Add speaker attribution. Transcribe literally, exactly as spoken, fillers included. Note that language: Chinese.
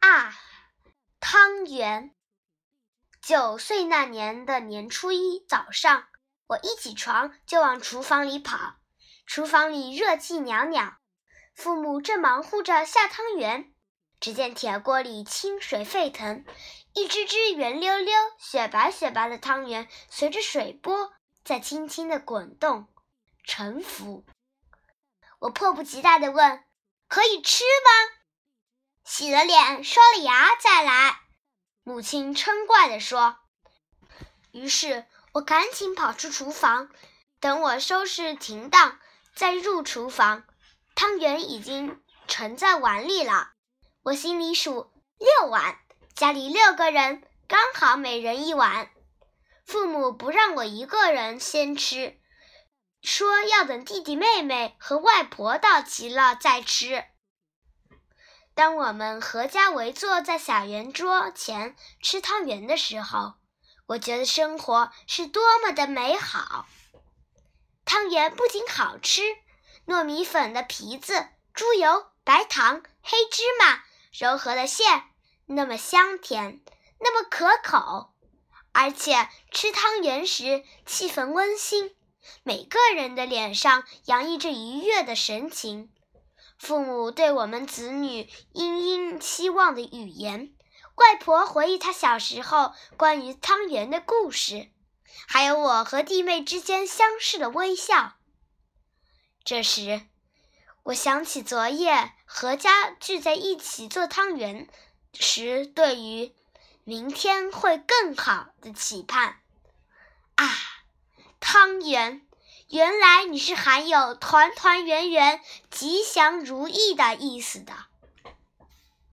Speaker 1: 啊，汤圆。九岁那年的年初一早上，我一起床就往厨房里跑。厨房里热气袅袅，父母正忙活着下汤圆。只见铁锅里清水沸腾，一只只圆溜溜、雪白雪白的汤圆随着水波在轻轻地滚动、沉浮。我迫不及待地问：“可以吃吗？”洗了脸、刷了牙再来，母亲嗔怪地说。于是我赶紧跑出厨房，等我收拾停当，再入厨房，汤圆已经盛在碗里了。我心里数六碗，家里六个人，刚好每人一碗。父母不让我一个人先吃，说要等弟弟妹妹和外婆到齐了再吃。当我们合家围坐在小圆桌前吃汤圆的时候，我觉得生活是多么的美好。汤圆不仅好吃，糯米粉的皮子、猪油、白糖、黑芝麻柔和的馅，那么香甜，那么可口。而且吃汤圆时气氛温馨，每个人的脸上洋溢着愉悦的神情。父母对我们子女殷殷希望的语言，外婆回忆她小时候关于汤圆的故事，还有我和弟妹之间相视的微笑。这时，我想起昨夜合家聚在一起做汤圆时对于明天会更好的期盼。啊，汤圆！原来你是含有团团圆圆、吉祥如意的意思的。